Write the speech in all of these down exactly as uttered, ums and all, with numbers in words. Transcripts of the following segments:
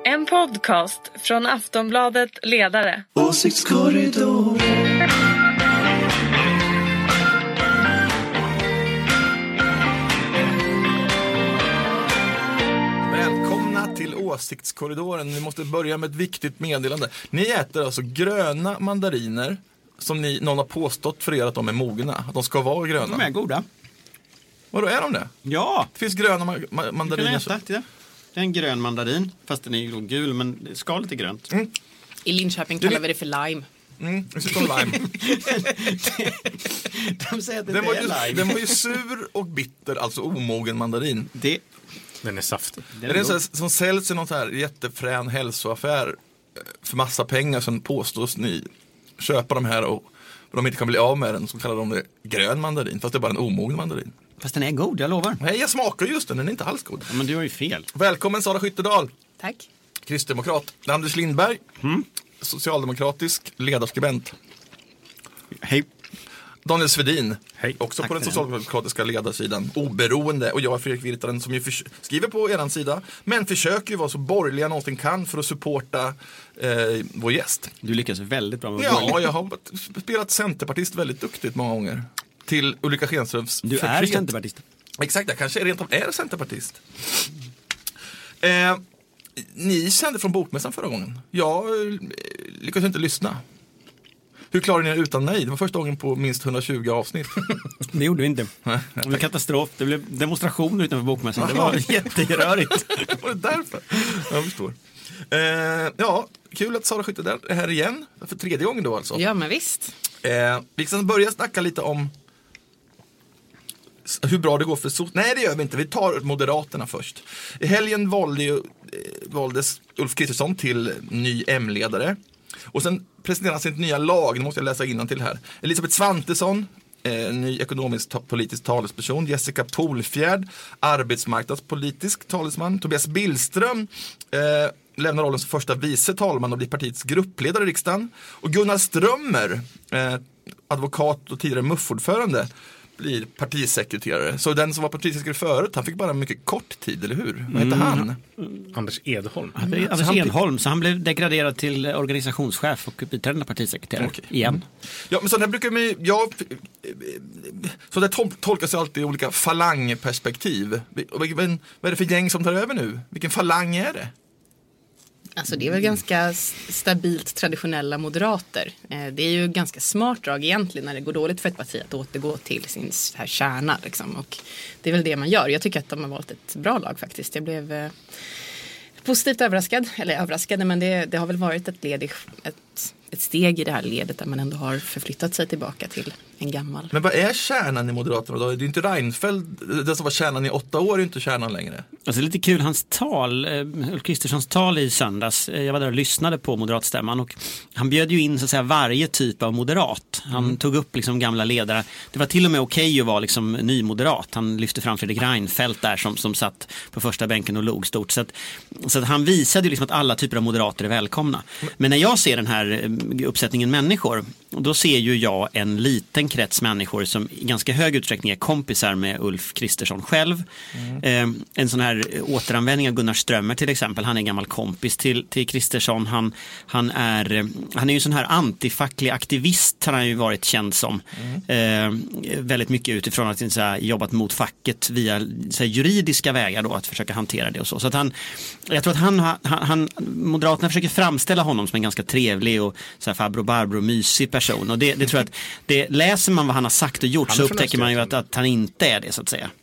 En podcast från Aftonbladet Ledare. Åsiktskorridor. Välkomna till Åsiktskorridoren. Ni måste börja med ett viktigt meddelande. Ni äter alltså gröna mandariner som ni, någon har påstått för er att de är mogna. Att de ska vara gröna. De är goda. Vadå, är de det? Ja. Det finns gröna ma- ma- mandariner. Du kan äta, titta. Det är en grön mandarin, fast den är gul, men skalet är grönt. Mm. I Linköping kallar vi det för lime. Mm, det sitter lime. De säger att det Den var, är ju, lime. den var ju sur och bitter, alltså omogen mandarin. Det, Den är saftig. den Är det är en sån god. här, som säljs i någon så här jättefrän hälsoaffär för massa pengar, sen påstås ni köpa de här och de inte kan bli av med den, så kallar de det grön mandarin, fast det är bara en omogen mandarin. Fast den är god, jag lovar. Nej, jag smakar just den, den är inte alls god. Ja, men du har ju fel. Välkommen Sara Skyttedal, Tack. kristdemokrat. Anders Lindberg, Mm. socialdemokratisk ledarskribent. Hej. Daniel Svedin, Hej. också Tack på den för det. socialdemokratiska ledarsidan. Oberoende. Och jag är Fredrik Virtanen som ju förs- skriver på eran sida, men försöker ju vara så borgerliga någonsin kan för att supporta eh, vår gäst. Du lyckas väldigt bra med Ja, borgerlig. jag har spelat centerpartist väldigt duktigt många gånger. Till Ulrika Schenströms Du är förtret. centerpartist. Exakt, jag kanske rent av är centerpartist. Eh, ni sände från Bokmässan förra gången. Jag eh, lyckades inte lyssna. Hur klarade ni er utan mig? Det var första gången på minst hundratjugo avsnitt. Det gjorde vi inte. Det var katastrof. Det blev demonstrationer utanför Bokmässan. Det var jätterörigt. Var det därför? Jag förstår. Eh, ja, kul att Sara Skyttedal är här igen. För tredje gången då alltså. Ja, men visst. Eh, vi kan börja snacka lite om hur bra det går för so- Nej, det gör vi inte. Vi tar Moderaterna först. I helgen valde ju, eh, valdes Ulf Kristersson till ny M-ledare. Och sen presenterade han sitt nya lag. Nu måste jag läsa innantill här. Elisabeth Svantesson, eh, ny ekonomisk ta- politisk talesperson. Jessica Polfjärd, arbetsmarknadspolitisk talesman. Tobias Billström eh, lämnar rollen som första vice talman och blir partiets gruppledare i riksdagen. Och Gunnar Strömmer, eh, advokat och tidigare M U F-ordförande, blir partisekreterare. Så den som var partisekreterare förut, han fick bara en mycket kort tid, eller hur? Vad heter han? Anders Edholm. Anders han- Edholm, så han blev degraderad till organisationschef och biträdande partisekreterare. Okej. Igen. Ja, men så där brukar man ju, jag, så där tol- tolkas ju alltid i olika falangperspektiv. Och vilken- Vad är det för gäng som tar över nu? Vilken falang är det? Alltså det är väl ganska s- stabilt traditionella moderater. Eh, Det är ju ganska smart drag egentligen när det går dåligt för ett parti att återgå till sin s- här kärna. Liksom. Och det är väl det man gör. Jag tycker att de har valt ett bra lag faktiskt. Jag blev eh, positivt överraskad. Eller överraskad, men det, det har väl varit ett, led i, ett, ett steg i det här ledet där man ändå har förflyttat sig tillbaka till en gammal. Men vad är kärnan i Moderaterna då? Det är ju inte Reinfeldt, den som var kärnan i åtta år är ju inte kärnan längre. Alltså lite kul, hans tal, eh, Ulf Kristerssons tal i söndags, eh, jag var där och lyssnade på moderatstämman och han bjöd ju in så att säga varje typ av moderat. Han Mm. tog upp liksom gamla ledare. Det var till och med okej att vara liksom ny moderat. Han lyfte fram Fredrik Reinfeldt där som, som satt på första bänken och log stort. Så att, så att han visade ju liksom att alla typer av moderater är välkomna. Men när jag ser den här eh, uppsättningen människor, då ser ju jag en liten krets människor som i ganska hög utsträckning är kompisar med Ulf Kristersson själv. Mm. Eh, en sån här återanvändning av Gunnar Strömmer till exempel, han är en gammal kompis till, till Kristersson. Han, han, är, han är ju en sån här antifacklig aktivist, har han ju varit känd som. Mm. Eh, väldigt mycket utifrån att han så här, jobbat mot facket via så här, juridiska vägar då, att försöka hantera det och så. Så att han, jag tror att han, han, han Moderaterna försöker framställa honom som en ganska trevlig och så här farbror Barbro mysig person. Och det, det tror jag att det, läser man vad han har sagt och gjort Han är så från upptäcker man ju att, Östergötland. att han inte är det så att säga.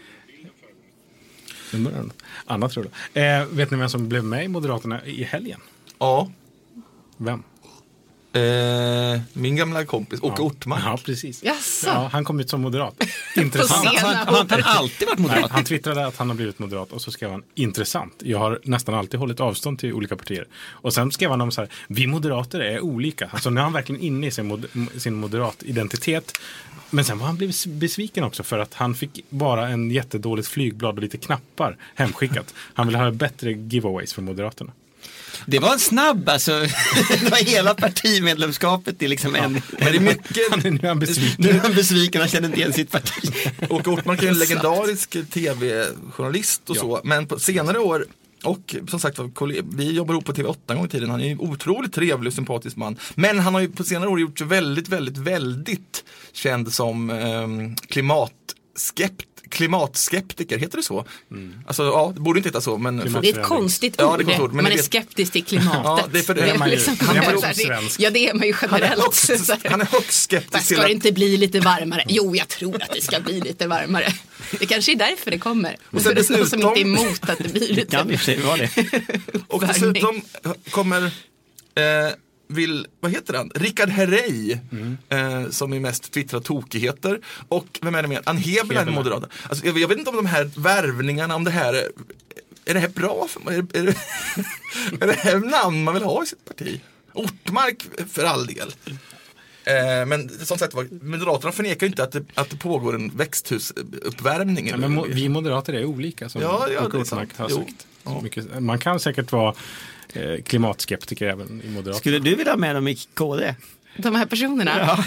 Annat tror jag. Eh, vet ni vem som blev med i Moderaterna i helgen? Ja, Vem? eh, min gamla kompis, Åke Ja. Ortmark. Ja, precis. Jaså? Ja, han kom ut som moderat. På Intressant. scen. Han, han, han har alltid varit Nej, moderat. han twittrade att han har blivit moderat och så skrev han intressant. Jag har nästan alltid hållit avstånd till olika partier. Och sen skrev han om så här, vi moderater är olika. Alltså nu är han verkligen inne i sin, mod, sin moderat identitet. Men sen var han blivit besviken också för att han fick bara en jättedåligt flygblad och lite knappar hemskickat. Han ville ha bättre giveaways från Moderaterna. Det var en snabb, alltså. Det var hela partimedlemskapet i liksom en... Men det är mycket... Han är, nu är han besviken. Nu är han besviken, han känner inte igen sitt parti. Åke Ortmark är en legendarisk tv-journalist och Ja. så. Men på senare år och som sagt, vi jobbar ihop på T V åtta en gång i tiden. Han är en otroligt trevlig och sympatisk man. Men han har ju på senare år gjort sig väldigt, väldigt, väldigt känd som eh, klimatskept klimatskeptiker, heter det så? Mm. Alltså, ja, det borde inte heta så, men... Det är ett konstigt ja, ord. det är ord, men man är vet... skeptisk till klimatet. Ja, det är för det. Det är man ju, liksom, han är man är ja, det är man ju generellt. Han är högst, han är högst skeptisk. Ska det inte bli lite varmare? Jo, jag tror att det ska bli lite varmare. Det kanske är därför det kommer. Och så är det någon som inte är emot att det blir lite... Kan i och för sig vara det. Och dessutom kommer... Eh, vill, vad heter han? Rickard Herrey, mm. eh, som är mest twittrar tokigheter. Och vem är det mer? Ann Hebel är moderat. Alltså, jag, jag vet inte om de här värvningarna, om det här är, är det här bra för är, är, det, är det här namn man vill ha i sitt parti? Ortmark för all del. Eh, men som sagt, Moderaterna förnekar ju inte att det, att det pågår en växthusuppvärmning. Ja, men mo- vi moderater är olika, som ja, ja, Ortmark har sagt. Ja. Mycket, man kan säkert vara eh, klimatskeptiker även i Moderaterna. Skulle du vilja ha med dem i K D? De här personerna? Ja.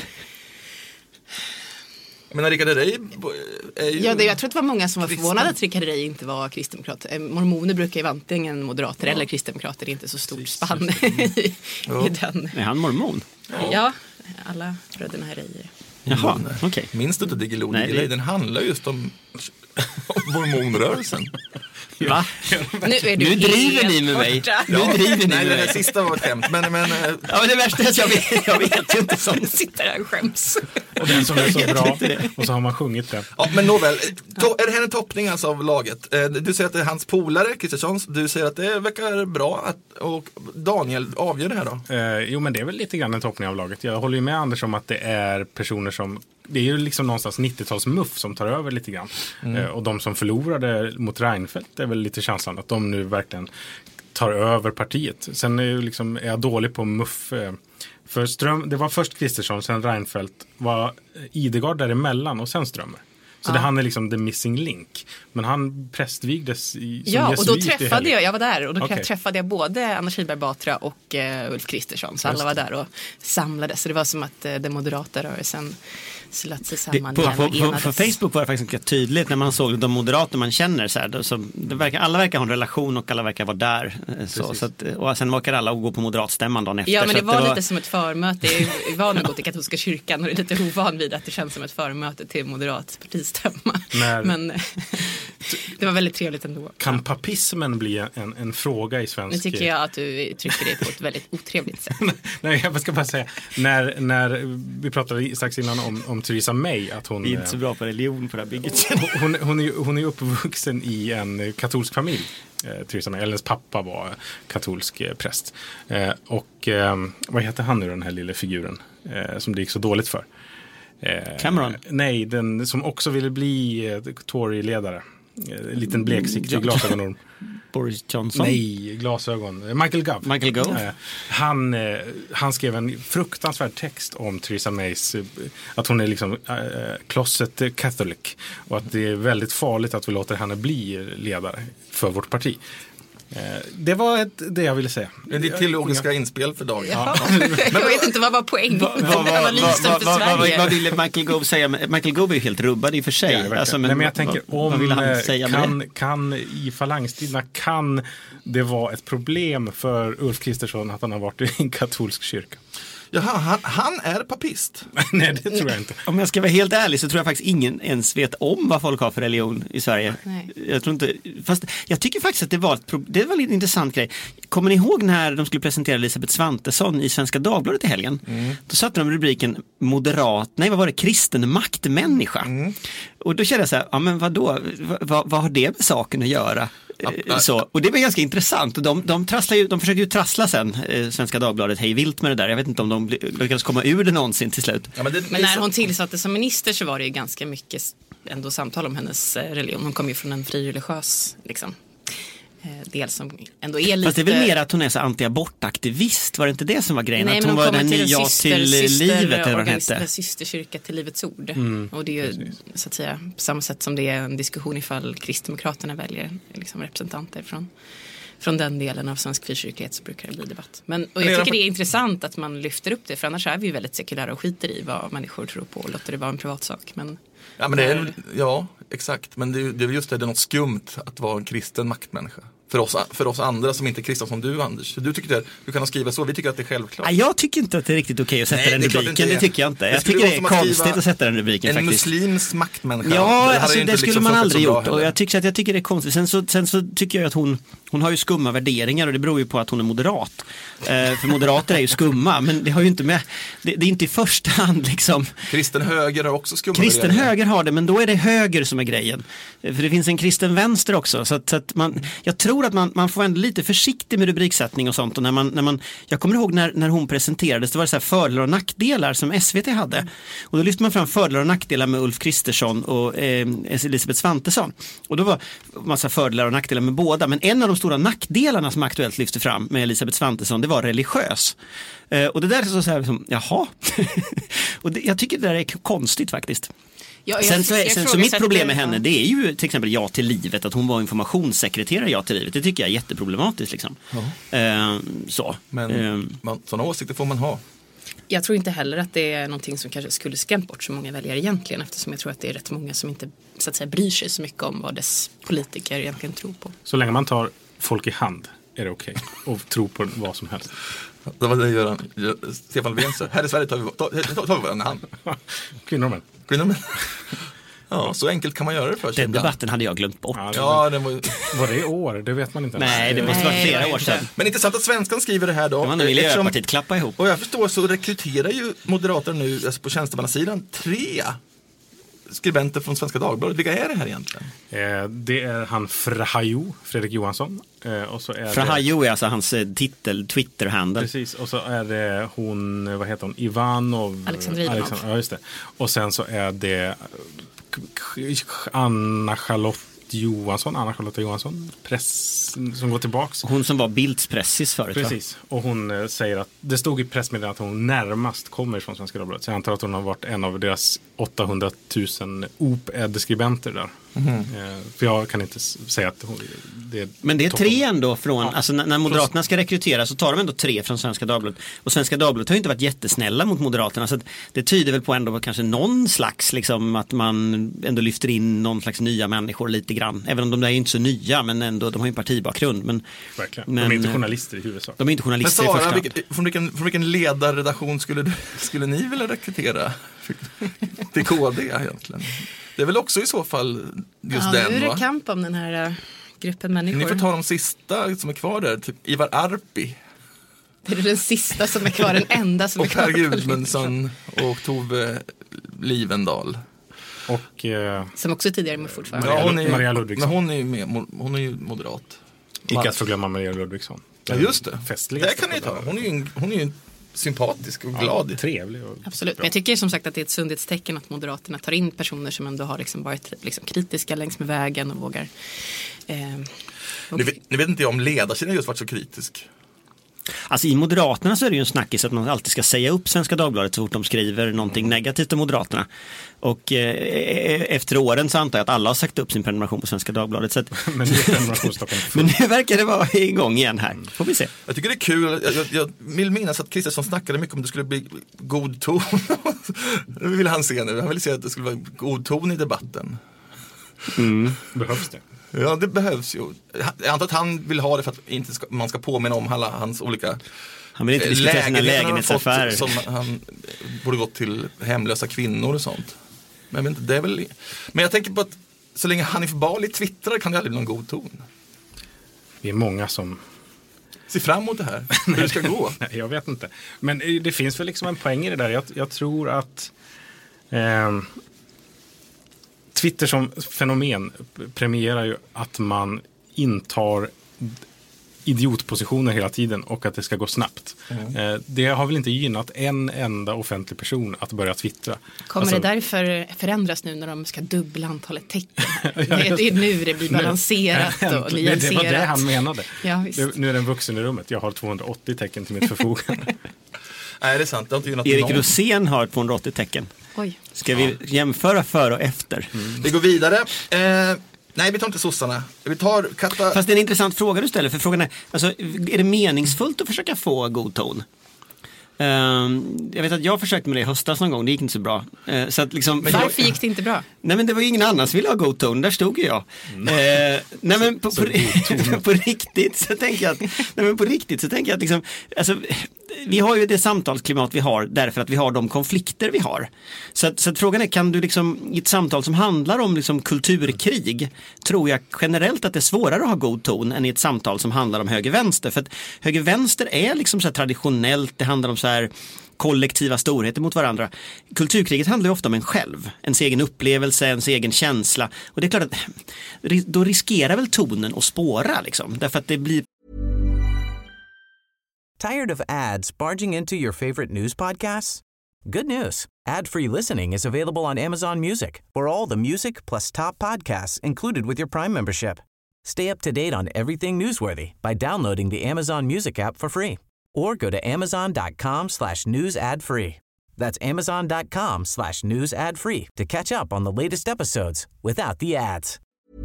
Men Rickard Herrey är ju... Ja, det, jag tror att det var många som var förvånade att Rickard Herrey inte var kristdemokrat. Mormoner brukar ju vara antingen moderater ja. eller kristdemokrater. Det är inte så stort spann i, ja. i den. Är han mormon? Ja, ja alla bröderna Herrey. Jaha, okej. Okay. Minns du inte Diggiloo? Det... Den handlar just om, om mormonrörelsen. Va? Nu, är du nu driver ni med mig. Nu ja, driver ni nej, med det mig. sista var ett skämt. Men, men, ja, men det värsta är att jag vet, jag vet ju inte sånt. Sitter där och skäms. Och den som är så bra. Och så har man sjungit det. Ja, men nåväl. Är det här en toppning alltså av laget? Du säger att det är hans polare, Kristerssons. Du säger att det verkar bra. Att, och Daniel avgör det här då? Eh, jo, men det är väl lite grann en toppning av laget. Jag håller ju med Anders om att det är personer som... Det är ju liksom någonstans nittio-talsmuff som tar över lite grann. Mm. Eh, och de som förlorade mot Reinfeldt är väl lite känslan att de nu verkligen tar över partiet. Sen är, ju liksom, är jag dålig på muff. Eh, för Ström, det var först Kristersson, sen Reinfeldt, var Idegard däremellan och sen Strömmer. Så ja. det, han är liksom the missing link. Men han prästvigdes i, som ja, och då jesuit träffade jag, jag var där och då okay. träffade jag både Anders Kihlberg Batra och uh, Ulf Kristersson. Så alla var där och samlades. Så det var som att uh, den moderata rörelsen slöt sig samman det, på, igen och på, på, på Facebook var det faktiskt ganska tydligt när man såg de moderater man känner så här, då, så det verkar, alla verkar ha en relation och alla verkar vara där så, så att, och sen vakar alla och gå på moderatstämman dagen efter. Ja, men det var, det var lite som ett förmöte. Jag är van att gå till katolska kyrkan och det är lite ovan vid att det känns som ett förmöte till moderat partistämma. När... Men det var väldigt trevligt ändå. Kan ja. papismen bli en, en fråga i svensk... Nu tycker jag att du trycker det på ett väldigt otrevligt sätt. Nej, jag ska bara säga, när, när vi pratade strax innan om, om Theresa May, att hon... Vi är inte så bra på religion på det här bygget. Hon, hon, hon, är, hon är uppvuxen i en katolsk familj. Eh, Theresa May, eller hennes pappa var katolsk eh, präst. Eh, och eh, vad heter han nu, den här lilla figuren eh, som det gick så dåligt för? Eh, Cameron? Nej, den som också ville bli eh, Tory-ledare. En liten bleksiktig glasögonorm. Boris Johnson? Nej, glasögon. Michael Gove. Michael Gove. Eh, han, eh, han skrev en fruktansvärd text om Theresa Mays, eh, att hon är liksom eh, closet catholic och att det är väldigt farligt att vi låter henne bli ledare för vårt parti. Det var ett, det jag ville säga. Det är ditt teologiska inspel för dagen. Ja. Jag vet inte vad var poäng va, va, va, analysen va, va, för Sverige. Vad ville Michael Gove säga? Michael Gove är ju helt rubbad i och för sig. Ja, alltså, men, Nej, men jag tänker, vad, om vad kan, kan i falangstiderna kan det vara ett problem för Ulf Kristersson att han har varit i en katolsk kyrka? Jaha, han, han är papist. Nej, det tror jag inte. Om jag ska vara helt ärlig så tror jag faktiskt ingen ens vet om vad folk har för religion i Sverige. Nej. Jag tror inte, fast jag tycker faktiskt att det var, ett, det var en lite intressant grej. Kommer ni ihåg när de skulle presentera Elisabeth Svantesson i Svenska Dagbladet i helgen? Mm. Då satte de rubriken moderat, nej vad var det, kristen maktmänniska. Mm. Och då kände jag så här, ja men vadå, vad, vad har det med saken att göra? Så, och det var ganska intressant och de, de, trasslar ju, de försöker ju trassla sen eh, Svenska Dagbladet hej vilt med det där, jag vet inte om de lyckades komma ur det någonsin till slut. Ja, men, det, men när hon tillsattes som minister så var det ju ganska mycket ändå samtal om hennes religion, hon kom ju från en frireligiös liksom del som ändå är lite... Fast det är väl mer att hon är så anti-abortaktivist, var det inte det som var grejen? Nej, att hon, hon var den nya syster, till syster, livet eller vad den hette. Systerkyrka till Livets ord. Mm, och det är ju precis. Så att säga på samma sätt som det är en diskussion ifall Kristdemokraterna väljer liksom representanter från, från den delen av svensk frikyrklighet så brukar det bli debatt. Men, och jag tycker det är intressant att man lyfter upp det, för annars är vi väldigt sekulära och skiter i vad människor tror på och låter det vara en privatsak. Men Ja, men det är, ja, exakt. Men det är, det är just det, det är något skumt att vara en kristen maktmänniska. För oss, för oss andra som inte är kristna som du, Anders. Du tycker det, du kan skriva så, vi tycker att det är självklart. Ja, jag tycker inte att det är riktigt okej att sätta Nej, den det är klart rubriken, det det tycker jag inte. Det Jag skulle tycker det vara är som att konstigt skriva att sätta den rubriken En faktiskt. muslims maktmänniska. Ja, hade alltså, inte det skulle liksom man funkat aldrig så bra gjort. Och heller. jag tycker, att, jag tycker det är konstigt. Sen så, sen så tycker jag att hon, hon har ju skumma värderingar och det beror ju på att hon är moderat. Eh, för moderater är ju skumma, men det har ju inte med, det, det är inte i första hand liksom. Kristen höger har också skumma Kristen värderingar. höger har det, men då är det höger som är grejen. För det finns en kristen vänster också. Så att, så att man, jag tror att man, man får ändå lite försiktig med rubriksättning och sånt. Och när man, när man, jag kommer ihåg när, när hon presenterades, det var det så här fördelar och nackdelar som S V T hade. Och då lyfte man fram fördelar och nackdelar med Ulf Kristersson och eh, Elisabeth Svantesson. Och då var massa fördelar och nackdelar med båda. Men en av de stora nackdelarna som Aktuellt lyfte fram med Elisabeth Svantesson, det var religiös. Eh, och det där är så, så här, liksom, jaha. och det, jag tycker det där är konstigt faktiskt. Ja, jag, Sen så, är, jag sen så mitt problem med ja. henne, det är ju till exempel Ja till livet, att hon var informationssekreterare i Ja till livet. Det tycker jag är jätteproblematiskt liksom. Eh, så. Men Eh, man, sådana åsikter får man ha. Jag tror inte heller att det är någonting som kanske skulle skrämt bort så många väljare egentligen, eftersom jag tror att det är rätt många som inte så att säga bryr sig så mycket om vad dess politiker egentligen tror på. Så länge man tar folk i hand är det okej. Och tror på vad som helst. Det var det Göran, Stefan Löfven sa. Här i Sverige tar vi, tar, tar, tar vi varandra hand. Kvinnor och män. Kvinnor med. Ja, så enkelt kan man göra det för sig den ibland. debatten hade jag glömt bort. Ja, det, Ja, den var, var det i år? Det vet man inte. Nej, det måste vara Nej, flera det var år sedan. men intressant att svenskan skriver det här då. Det var när Eftersom- Miljöpartiet klappa ihop. Och jag förstår så rekryterar ju Moderaterna nu alltså på tjänstemannasidan tre skribenter från Svenska Dagbladet. Vilka är det här egentligen? Eh, det är han Frahajo, Fredrik Johansson. Eh, och så är Frahajo är alltså hans eh, titel, Twitter-handle. Precis, och så är det hon, vad heter hon, Ivanov. Alexandra Ivanov. Alexand- ja, just det. Och sen så är det Anna-Charlotte Johansson, Anna-Charlotte Johansson, press som går tillbaks. Hon som var Bildts pressis förut, va? Precis, och hon eh, säger att det stod i pressmeddelandet att hon närmast kommer från Svenska Dagbladet. Så jag antar att hon har varit en av deras åttahundratusen O P E D-skribenter där. Eh, för jag kan inte s- säga att hon, det är Men det är toppen. tre ändå från, alltså när, när Moderaterna ska rekrytera så tar de ändå tre från Svenska Dagbladet. Och Svenska Dagbladet har ju inte varit jättesnälla mot Moderaterna, så att det tyder väl på ändå på kanske någon slags, liksom att man ändå lyfter in någon slags nya människor lite grann. Även om de där är inte så nya, men ändå, de har ju en partibakgrund. Men, Verkligen. men, de är inte journalister i huvudsak. De är inte Men journalister i första Sara, hand. vilken, från, vilken, från vilken ledarredaktion skulle, du, skulle ni vilja rekrytera till K D egentligen? Det är väl också i så fall just Ja, den, nu är det va? kamp om den här uh, gruppen människor. Ni får ta de sista som är kvar där, typ Ivar Arpi Det är den sista som är kvar, den enda som är och kvar. Per Gudmundsson och Tove Livendal. Och eh, Som också tidigare med fortfarande. Maria- hon är, Maria Ludvigsson. Men hon är ju med, hon är ju moderat. icke att förglömma Maria Ludvigsson. Ja, just det. Festligaste Det kan ni ta. på- Hon är ju, en- hon är ju sympatisk och Ja, glad. trevlig och Absolut, bra. men jag tycker som sagt att det är ett sundhetstecken att Moderaterna tar in personer som ändå har liksom varit liksom kritiska längs med vägen och vågar. Eh, och Nu vet, nu vet inte jag om ledarsidan just varit så kritisk. Alltså i Moderaterna så är det ju en snackis att man alltid ska säga upp Svenska Dagbladet så fort de skriver någonting negativt om Moderaterna. Och eh, efter åren så antar jag att alla har sagt upp sin prenumeration på Svenska Dagbladet. Så att, Men nu är prenumeration Stockholm full. men nu verkar det vara igång igen här. Får vi se. Jag tycker det är kul. Jag, jag, jag vill minnas att Kristersson snackade mycket om det skulle bli god ton. Det vill han se nu. Han vill se att det skulle vara god ton i debatten. Behövs det? Ja, det behövs ju. Jag antar att han vill ha det för att inte ska, man ska påminna om alla hans olika Han vill inte diskutera sina lägenheter han har lägenhetsaffärer. fått, som han borde gått till hemlösa kvinnor och sånt. Men jag vet inte, det är väl... Men jag tänker på att så länge Hanif Bali twittrar kan det aldrig bli någon god ton. Vi är många som... Se fram emot det här, hur det ska gå. Nej, jag vet inte. Men eh, det finns väl liksom en poäng i det där. Jag, jag tror att eh, Twitter som fenomen premierar ju att man intar idiotpositioner hela tiden och att det ska gå snabbt. Mm. Eh, det har väl inte gynnat en enda offentlig person att börja twittra. kommer Alltså, det därför förändras nu när de ska dubbla antalet tecken? Ja, det, är, det är nu det blir balanserat och det, det var nyanserat. det han menade. Ja, visst. Det, nu är det en vuxen i rummet. Jag har tvåhundraåttio tecken till mitt förfogande. Nej, det är sant. Det har inte gynnat Erik någon. Rosén har tvåhundraåttio tecken. Oj. Ska vi jämföra före och efter? Vi går vidare. Eh, nej, vi tar inte sossarna. Vi tar Katta... Fast det är en intressant fråga du ställer, för frågan är, alltså, är det meningsfullt att försöka få god ton? Um, jag vet att jag försökte med det i höstas någon gång, det gick inte så bra. Uh, så att liksom, Varför gick det inte bra? Nej, men det var ju ingen annan som ville ha god ton, där stod ju jag. Mm. Uh, nej men på, på, på riktigt så tänker jag att, nej, men på riktigt så tänker jag att liksom, alltså, vi har ju det samtalsklimat vi har därför att vi har de konflikter vi har. Så att, så att frågan är, kan du liksom i ett samtal som handlar om liksom kulturkrig, tror jag generellt att det är svårare att ha god ton än i ett samtal som handlar om höger-vänster. För att höger-vänster är liksom så här traditionellt, det handlar om så här kollektiva storheter mot varandra. Kulturkriget handlar ju ofta om en själv, ens egen upplevelse, ens egen känsla. Och det är klart att då riskerar väl tonen att spåra liksom, därför att det blir. Tired of ads barging into your favorite news podcasts? Good news. Ad-free listening is available on Amazon Music for all the music plus top podcasts included with your Prime membership. Stay up to date on everything newsworthy by downloading the Amazon Music app for free or go to amazon.com slash news ad free. That's amazon.com slash news ad free to catch up on the latest episodes without the ads.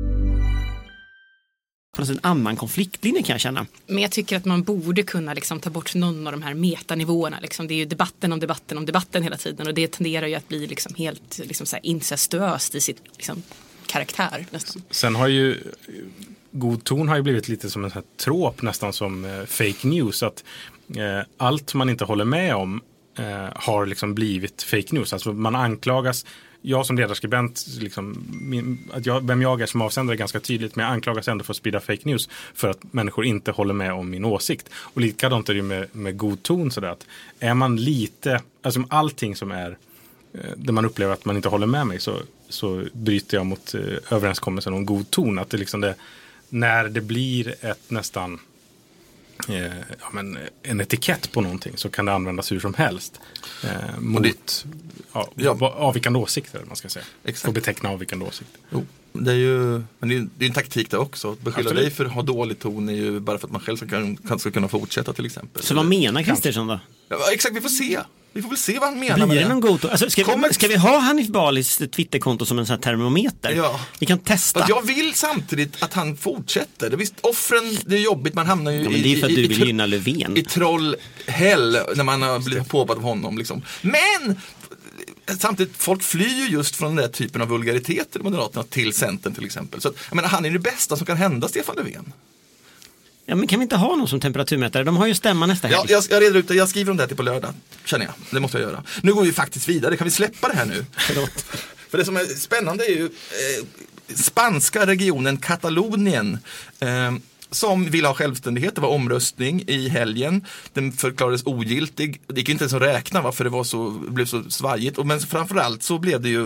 En annan konfliktlinje kan jag känna. Men jag tycker att man borde kunna liksom ta bort någon av de här metanivåerna. Liksom. Det är ju debatten om debatten om debatten hela tiden. Och det tenderar ju att bli liksom helt liksom så här incestuöst i sitt liksom, karaktär nästan. Sen har ju god ton har ju blivit lite som en sån här trop, nästan som eh, fake news. Att eh, allt man inte håller med om eh, har liksom blivit fake news. Alltså man anklagas. Jag som ledarskribent, liksom, min, att jag, vem jag är som avsändare är ganska tydligt, men jag anklagas ändå för att sprida fake news för att människor inte håller med om min åsikt. Och likadant är det med, med god ton, sådär att är man lite, alltså allting som är eh, där man upplever att man inte håller med mig, så, så bryter jag mot eh, överenskommelsen om god ton. Att det liksom det, när det blir ett nästan eh, ja, men, en etikett på någonting, så kan det användas hur som helst eh, mot det, ja, ja. avvikande åsikter, man ska säga. Exakt. Får beteckna avvikande åsikter. Jo, det är ju, men det är, det är en taktik där också. Beskylla Absolut. dig för att ha dålig ton är ju bara för att man själv ska, kan, kan, ska kunna fortsätta till exempel. Så vad menar Kristersson då? Ja, exakt, vi får se. Vi får väl se vad han menar Blir med det det. någon god ton? Alltså, ska, Kommer... vi, ska vi ha Hanif Balis Twitterkonto som en sån här termometer? Ja. Vi kan testa. Fast jag vill samtidigt att han fortsätter. Det, visst, offren, det är jobbigt, man hamnar ju ja, men det är för att i, du i, vill i, gynna Löfven. i trollhäll när man har blivit påpad av honom. Liksom. Men samtidigt, folk flyr ju just från den där typen av vulgariteter, Moderaterna, till Centern till exempel. Så att, jag menar, han är det bästa som kan hända Stefan Löfven. Ja, men kan vi inte ha någon som temperaturmätare? De har ju stämma nästa helg. Ja, jag, jag reder ut det. Jag skriver om det här till på lördag, känner jag. Det måste jag göra. Nu går vi faktiskt vidare. Kan vi släppa det här nu? Förlåt. För det som är spännande är ju eh, spanska regionen Katalonien eh, som vill ha självständighet. Det var omröstning i helgen. Den förklarades ogiltig. Det gick inte ens att räkna varför det var så, blev så svajigt. Och, men framförallt så blev det ju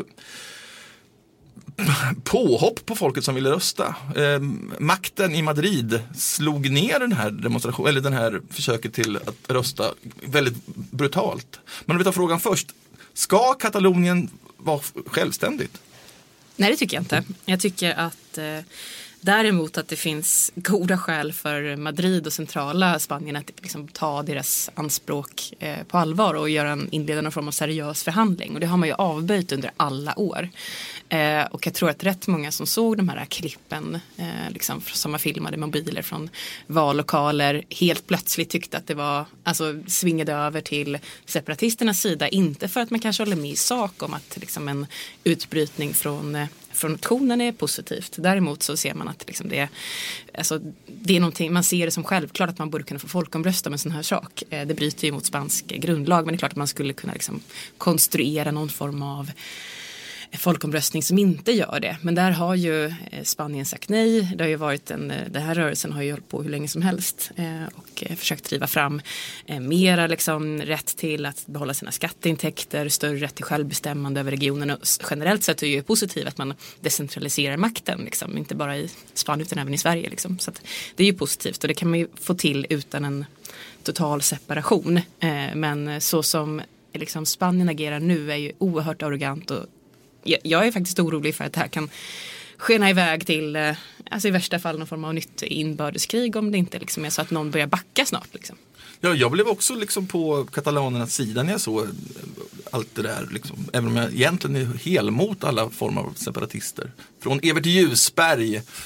påhopp på folket som ville rösta. Eh, makten i Madrid slog ner den här demonstrationen, eller den här försöket till att rösta väldigt brutalt. Men vi tar frågan först. Ska Katalonien vara självständigt? Nej, det tycker jag inte. Jag tycker att eh, däremot att det finns goda skäl för Madrid och centrala Spanien att liksom ta deras anspråk eh, på allvar och göra en inledande form av seriös förhandling. Och det har man ju avböjt under alla år. Eh, och jag tror att rätt många som såg de här klippen eh, liksom, som var filmade mobiler från vallokaler helt plötsligt tyckte att det var, alltså svingade över till separatisternas sida. Inte för att man kanske håller med i sak om att liksom, en utbrytning från eh, från nationen är positivt. Däremot så ser man att liksom det, alltså, det är någonting, man ser det som självklart att man borde kunna få folkomrösta med en sån här sak. Det bryter ju mot spansk grundlag, men det är klart att man skulle kunna liksom konstruera någon form av folkomröstning som inte gör det. Men där har ju Spanien sagt nej. Det har ju varit en, den här rörelsen har ju hållit på hur länge som helst och försökt driva fram mera liksom rätt till att behålla sina skatteintäkter, större rätt till självbestämmande över regionen. Och generellt sett är det ju positivt att man decentraliserar makten, liksom, inte bara i Spanien utan även i Sverige. Liksom. Så att det är ju positivt och det kan man ju få till utan en total separation. Men så som liksom Spanien agerar nu är ju oerhört arrogant och jag är faktiskt orolig för att det här kan skena iväg till, alltså i värsta fall någon form av nytt inbördeskrig om det inte liksom är så att någon börjar backa snart. Liksom. Ja, jag blev också liksom på katalanernas sida när jag såg allt det där. Liksom. Även om jag egentligen är hel mot alla former av separatister. Från Evert Ljusberg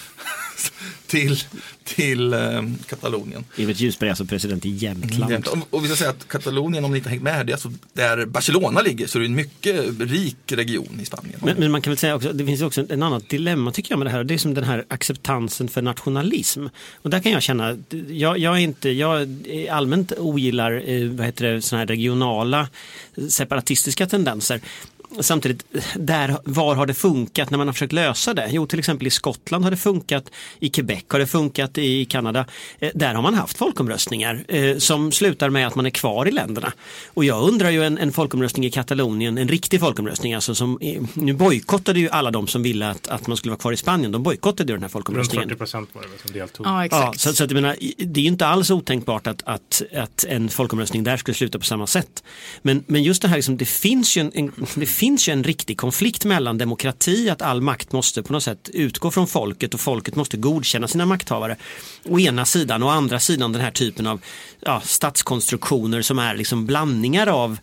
till, till eh, Katalonien. Evert Ljusberg är alltså president i Jämtland. Mm, och, och vi ska säga att Katalonien, om ni inte har hängt med här, det är alltså där Barcelona ligger, så det är en mycket rik region i Spanien. Men, men man kan väl säga också, det finns också en annan dilemma tycker jag med det här. Det är som den här acceptansen för nationalism. Och där kan jag känna, jag, jag är inte, jag allmänt ogillar eh, vad heter det, såna här regionala separatistiska tendenser. Samtidigt, där, var har det funkat när man har försökt lösa det? Jo, till exempel i Skottland har det funkat, i Quebec har det funkat, i Kanada. Eh, där har man haft folkomröstningar eh, som slutar med att man är kvar i länderna. Och jag undrar ju en, en folkomröstning i Katalonien, en riktig folkomröstning, alltså som, eh, nu bojkottade ju alla de som ville att, att man skulle vara kvar i Spanien, de bojkottade ju den här folkomröstningen. Runt fyrtio procent var det som deltog. Ja, exakt. Ja, så, så att jag menar, det är ju inte alls otänkbart att, att, att en folkomröstning där skulle sluta på samma sätt. Men, men just det här, liksom, det finns ju en, en det finns ju en riktig konflikt mellan demokrati, att all makt måste på något sätt utgå från folket och folket måste godkänna sina makthavare å ena sidan, och andra sidan den här typen av ja, statskonstruktioner som är liksom blandningar av,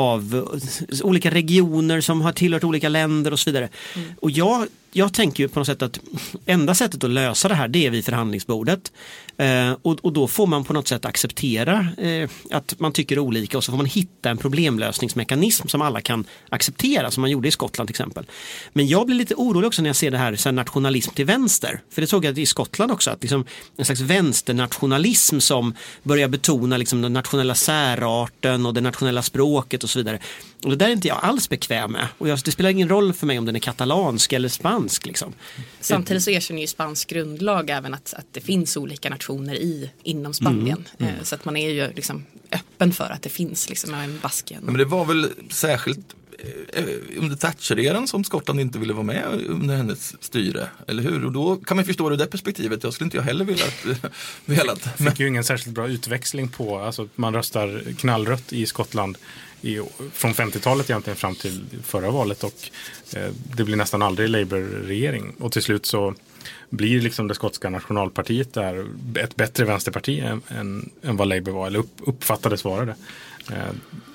av olika regioner som har tillhört olika länder och så vidare. Mm. Och jag Jag tänker ju på något sätt att enda sättet att lösa det här, det är vid förhandlingsbordet. Eh, och, och då får man på något sätt acceptera eh, att man tycker olika, och så får man hitta en problemlösningsmekanism som alla kan acceptera, som man gjorde i Skottland till exempel. Men jag blir lite orolig också när jag ser det här, så här nationalism till vänster. För det såg jag i Skottland också, att liksom en slags vänsternationalism som börjar betona liksom den nationella särarten och det nationella språket och så vidare. Och det där är inte jag alls bekväm med. Och jag, det spelar ingen roll för mig om den är katalansk eller spansk. Liksom. Samtidigt så erkänner ju spansk grundlag även att, att det finns olika nationer i, inom Spanien. Mm. Mm. Så att man är ju liksom öppen för att det finns liksom en Baskien. Men det var väl särskilt eh, under Thatcher-eran som Skottland inte ville vara med under hennes styre, eller hur? Och då kan man förstå det där perspektivet. Jag skulle inte jag heller velat. velat. Men fick ju ingen särskilt bra utväxling på, alltså man röstar knallrött i Skottland i, från femtiotalet egentligen fram till förra valet, och eh, det blir nästan aldrig Labour-regering, och till slut så blir liksom det skotska nationalpartiet där ett bättre vänsterparti än, än, än vad Labour var, eller upp, uppfattades vara det. Eh,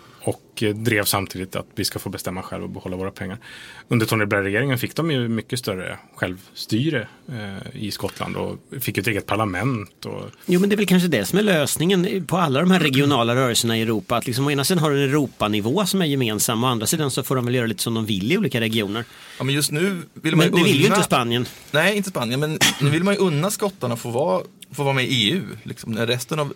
och drev samtidigt att vi ska få bestämma själv och behålla våra pengar. Under Tony Blair-regeringen fick de ju mycket större självstyre eh, i Skottland och fick ett eget parlament. Och... Jo, men det är väl kanske det som är lösningen på alla de här regionala rörelserna i Europa. Att liksom å ena sidan har du en Europanivå som är gemensam, och å andra sidan så får de väl göra lite som de vill i olika regioner. Ja, men just nu vill man men det unna... vill ju inte Spanien. Nej, inte Spanien, men nu vill man ju unna skottarna få vara, få vara med i E U. Liksom, när resten av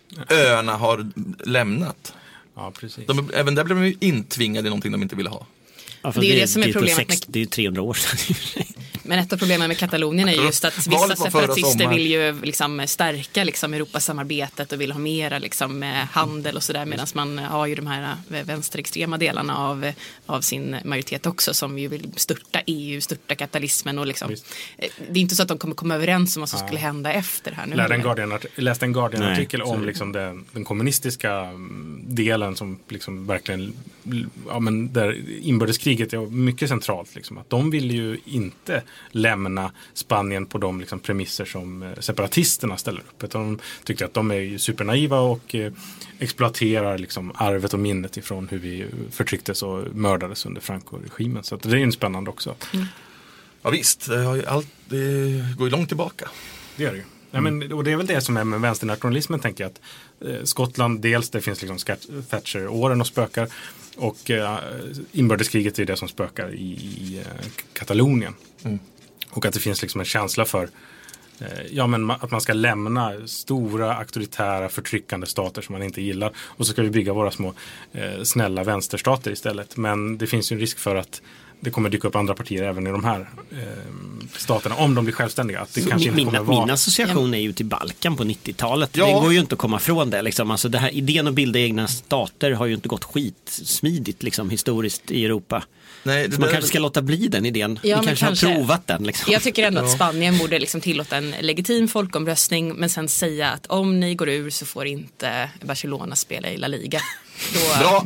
öarna har lämnat. Ja, precis. De, även där blev de ju intvingade i någonting de inte ville ha. Ja, det är ju det som är problemet med... Det är ju trehundra år sedan. Men ett av problemen med Katalonien är just att vissa separatister vill ju liksom stärka liksom Europasamarbetet och vill ha mera liksom handel och sådär, medan man har ju de här vänsterextrema delarna av, av sin majoritet också som ju vill störta E U, störta kapitalismen och liksom, det är inte så att de kommer komma överens om vad som ja. skulle hända efter här. Nu Lär en Guardian, läste en Guardian-artikel om liksom den, den kommunistiska delen som liksom verkligen, ja, men där inbördeskriget är mycket centralt liksom, att de vill ju inte lämna Spanien på de liksom premisser som separatisterna ställer upp, utan de tycker att de är supernaiva och eh, exploaterar liksom arvet och minnet ifrån hur vi förtrycktes och mördades under Franco-regimen, så att det är ju spännande också. Mm. Ja visst, det, har ju allt, det går ju långt tillbaka. Det gör det ju. Ja, men, och det är väl det som är med vänsternationalismen, tänker jag, att eh, Skottland, dels det finns liksom Thatcher-åren och spökar, och eh, inbördeskriget är det som spökar i, i eh, Katalonien. Mm. Och att det finns liksom en känsla för eh, ja, men att man ska lämna stora, auktoritära, förtryckande stater som man inte gillar, och så ska vi bygga våra små eh, snälla vänsterstater istället. Men det finns ju en risk för att det kommer dyka upp andra partier även i de här eh, staterna om de blir självständiga. Att det kanske inte mina, kommer vara... min association är ju till Balkan på nittiotalet. Ja. Det går ju inte att komma från det. Liksom. Alltså, det här idén att bilda egna stater har ju inte gått skitsmidigt liksom, historiskt i Europa. Nej, det så man där... kanske ska låta bli den idén. Ja, vi kanske, kanske har provat den. Liksom. Jag tycker ändå att Spanien borde liksom tillåta en legitim folkomröstning, men sen säga att om ni går ur så får inte Barcelona spela i La Liga. Då, bra.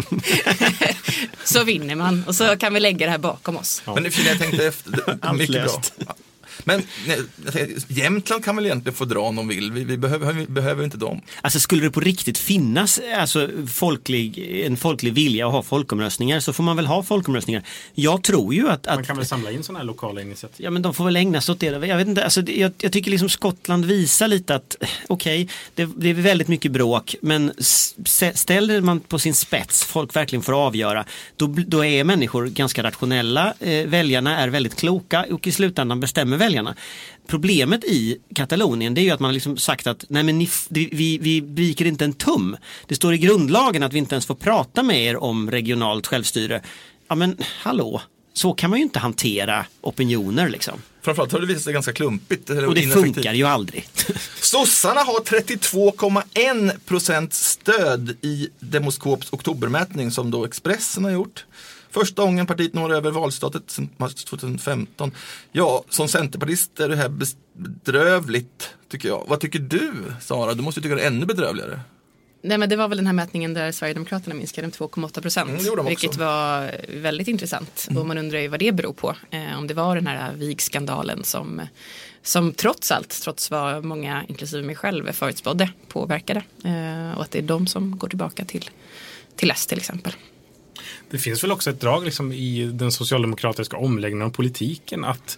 Så vinner man, och så kan vi lägga det här bakom oss. Ja. Men jag tänkte efter, det är mycket bra. Men nej, Jämtland kan väl egentligen få dra om de vill. Vi, vi, behöver, vi behöver inte dem. Alltså skulle det på riktigt finnas alltså, folklig, en folklig vilja att ha folkomröstningar så får man väl ha folkomröstningar. Jag tror ju att... att man kan väl samla in sådana här lokala initiativ. Ja, men de får väl ägna sig åt det. Jag vet inte, alltså, jag, jag tycker liksom Skottland visar lite att okej, okay, det, det är väldigt mycket bråk, men ställer man på sin spets, folk verkligen får avgöra, då, då är människor ganska rationella. Eh, väljarna är väldigt kloka och i slutändan bestämmer väljarna. Problemet i Katalonien det är ju att man har liksom sagt att nej men ni, vi, vi viker inte en tum. Det står i grundlagen att vi inte ens får prata med er om regionalt självstyre. Ja men hallå, så kan man ju inte hantera opinioner liksom. Framförallt har det visat sig ganska klumpigt. Och det funkar ju aldrig. Sossarna har trettiotvå komma en procent stöd i Demoskops oktobermätning som då Expressen har gjort. Första gången partiet når över valstatet sedan mars tjugohundrafemton. Ja, som centerpartist är det här bedrövligt tycker jag. Vad tycker du, Sara? Du måste ju tycka det är ännu bedrövligare. Nej, men det var väl den här mätningen där Sverigedemokraterna minskade med två komma åtta procent. Mm, vilket var väldigt intressant. Mm. Och man undrar ju vad det beror på. Eh, om det var den här vigskandalen som, som trots allt, trots vad många, inklusive mig själv, förutspådde, påverkade. Eh, och att det är de som går tillbaka till, till S till exempel. Det finns väl också ett drag liksom i den socialdemokratiska omläggningen av politiken att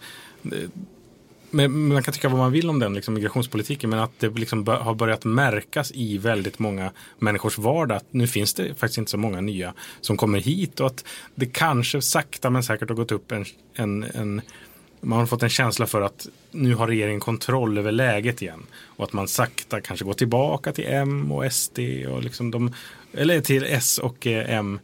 men man kan tycka vad man vill om den liksom, migrationspolitiken, men att det liksom bör, har börjat märkas i väldigt många människors vardag att nu finns det faktiskt inte så många nya som kommer hit och att det kanske sakta men säkert har gått upp en, en, en man har fått en känsla för att nu har regeringen kontroll över läget igen och att man sakta kanske går tillbaka till M och S D och liksom de, eller till S och eh, M.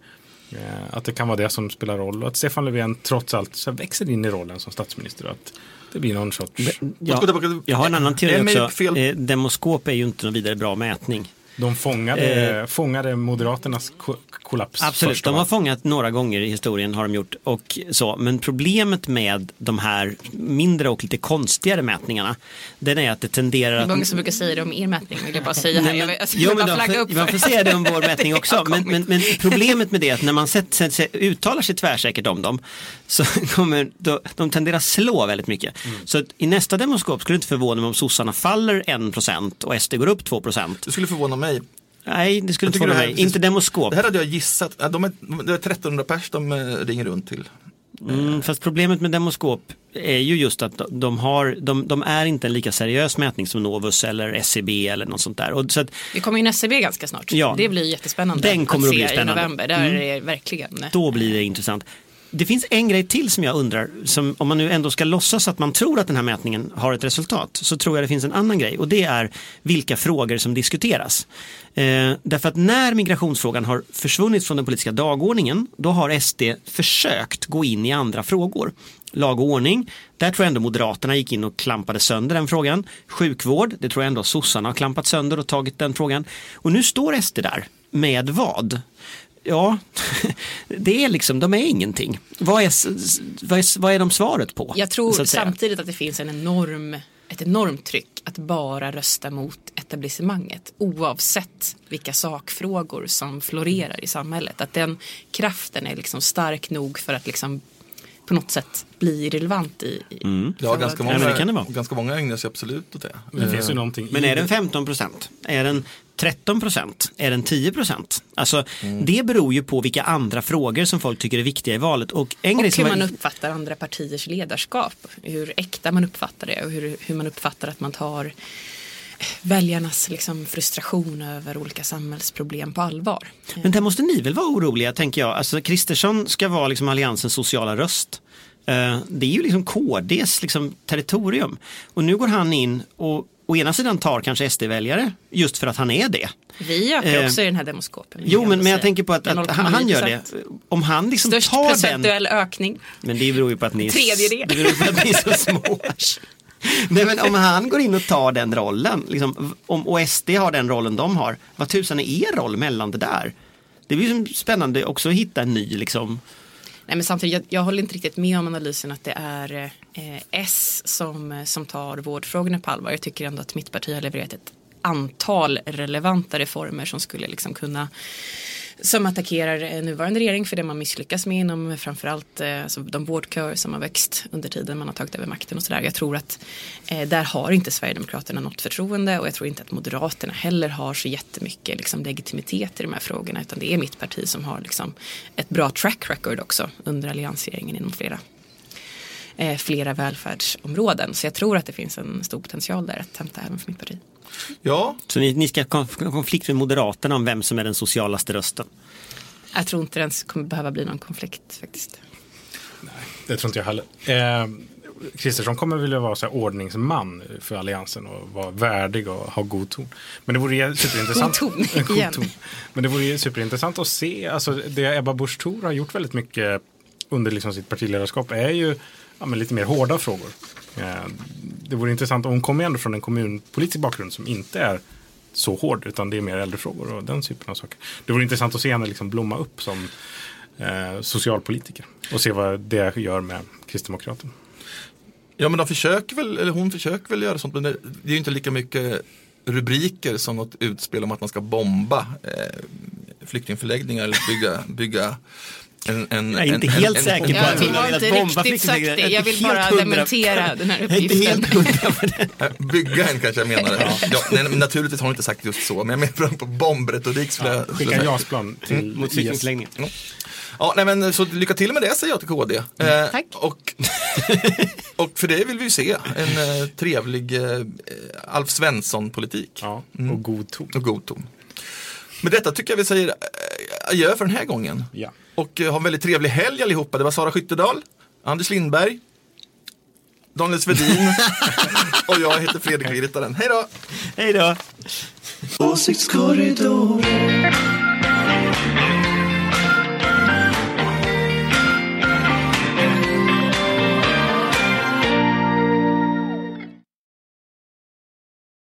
Att det kan vara det som spelar roll och att Stefan Löfven trots allt så växer in i rollen som statsminister och att det blir någon sorts... Ja, jag har en annan teori också. Eh, Demoskop är ju inte någon vidare bra mätning. De fångade, eh, fångade Moderaternas ko- kollaps. Absolut, de har fångat några gånger i historien har de gjort och så. Men problemet med de här mindre och lite konstigare mätningarna den är att det tenderar att... Det är många som brukar säga det om er mätning, vill jag bara säga här. Jag, alltså, jo, men bara för, man får säga det om vår mätning också. men, men, men problemet med det är att när man sett, sett, sett, uttalar sig tvärsäkert om dem så kommer då, de tenderar att slå väldigt mycket. Mm. Så att i nästa demoskop skulle det inte förvåna mig om sossarna faller en procent och S D går upp två procent. Det skulle förvåna mig. Nej, det skulle inte förvåna mig. Inte demoskop. Det här hade jag gissat. De är, det är trettonhundra pers de ringer runt till. Mm, fast problemet med demoskop är ju just att de, har, de, de är inte en lika seriös mätning som Novus eller S C B eller något sånt där. Och så att, det kommer ju en S C B ganska snart. Ja, det blir jättespännande den kommer att se att bli spännande. i november. Där mm. är det verkligen... Då blir det intressant. Det finns en grej till som jag undrar, som om man nu ändå ska låtsas att man tror att den här mätningen har ett resultat, så tror jag det finns en annan grej och det är vilka frågor som diskuteras. Eh, därför att när migrationsfrågan har försvunnit från den politiska dagordningen, då har S D försökt gå in i andra frågor. Lag och ordning, där tror jag ändå Moderaterna gick in och klampade sönder den frågan. Sjukvård, det tror jag ändå sossarna har klampat sönder och tagit den frågan. Och nu står S D där med vad? Ja, det är liksom, de är ingenting. Vad är, vad är, vad är de svaret på? Jag tror samtidigt att det finns en enorm, ett enormt tryck att bara rösta mot etablissemanget oavsett vilka sakfrågor som florerar i samhället. Att den kraften är liksom stark nog för att liksom på något sätt bli relevant i... i mm. Ja, ganska många, ja, kan det vara. Ganska många ägnar sig absolut åt det. Men, det finns ju någonting men är den femton procent? Är den tretton procent? Är den tio procent? Alltså, mm. det beror ju på vilka andra frågor som folk tycker är viktiga i valet. Och, en och grej hur som man är... uppfattar andra partiers ledarskap. Hur äkta man uppfattar det och hur, hur man uppfattar att man tar väljarnas liksom frustration över olika samhällsproblem på allvar. Men där måste ni väl vara oroliga, tänker jag. Alltså Kristersson ska vara liksom alliansens sociala röst. Uh, det är ju liksom K D:s liksom territorium. Och nu går han in och å ena sidan tar kanske S D-väljare just för att han är det. Vi ökar uh, också i den här demoskopen. Jo, men, men jag tänker på att, att han, han gör det. Om han liksom störst tar procentuell den... ökning. Men det beror ju på att ni, Tredjedel. det beror på att ni är så små. Nej, men om han går in och tar den rollen liksom, om, och S D har den rollen de har, vad tusan är er roll mellan det där? Det blir ju spännande också att hitta en ny liksom. Nej, men samtidigt, jag, jag håller inte riktigt med om analysen att det är eh, S som, som tar vårdfrågorna på allvar. Jag tycker ändå att mitt parti har levererat ett antal relevanta reformer som skulle liksom kunna som attackerar nuvarande regering för det man misslyckas med inom framförallt alltså de vårdköer som har växt under tiden man har tagit över makten och sådär. Jag tror att eh, där har inte Sverigedemokraterna något förtroende och jag tror inte att Moderaterna heller har så jättemycket liksom, legitimitet i de här frågorna utan det är mitt parti som har liksom, ett bra track record också under alliansregeringen inom flera, eh, flera välfärdsområden. Så jag tror att det finns en stor potential där att hämta även för mitt parti. Ja. Så ni, ni ska ha konflikt med Moderaterna om vem som är den socialaste rösten? Jag tror inte det ens kommer behöva bli någon konflikt faktiskt. Nej, det tror inte jag heller. Eh, Kristersson kommer vilja vara så här ordningsman för alliansen och vara värdig och ha god ton. Men det vore superintressant. God ton, god igen. ton. Men det vore superintressant att se, alltså det Ebba Busch Thor har gjort väldigt mycket under liksom sitt partiledarskap är ju ja, men lite mer hårda frågor. Eh, det vore intressant om hon kommer ändå från en kommunpolitisk bakgrund som inte är så hård utan det är mer äldrefrågor och den typen av saker. Det vore intressant att se henne liksom blomma upp som eh, socialpolitiker och se vad det gör med Kristdemokraterna. Ja, men de försöker väl, eller hon försöker väl göra sånt, men det, det är ju inte lika mycket rubriker som något utspel om att man ska bomba eh, flyktingförläggningar eller bygga, bygga en, en, jag är inte en, helt en, säker en, på Jag att hon har har inte velat bomba riktigt sagt flyktingläger. det. Jag vill bara dementera den här Jag är inte uppgiften. helt hundra på det. Bygga en kanske jag menar. Ja. Ja, nej, naturligtvis har hon inte sagt just så, men jag menar på bombretorik skulle jag Skicka en jasplan till Mm, mot flyktingförläggningen. Ja. Ja, nej, men så lycka till med det säger jag till K D. Eh, Tack. Och, och för det vill vi ju se en eh, trevlig eh, Alf Svensson-politik. Ja, och god ton. Och god ton. Med detta tycker jag vi säger eh, adjö för den här gången. Ja. Och eh, ha en väldigt trevlig helg allihopa. Det var Sara Skyttedal, Anders Lindberg, Daniel Svedin och jag heter Fredrik Virtanen. Hej då! Hej då! Åsiktskorridoren.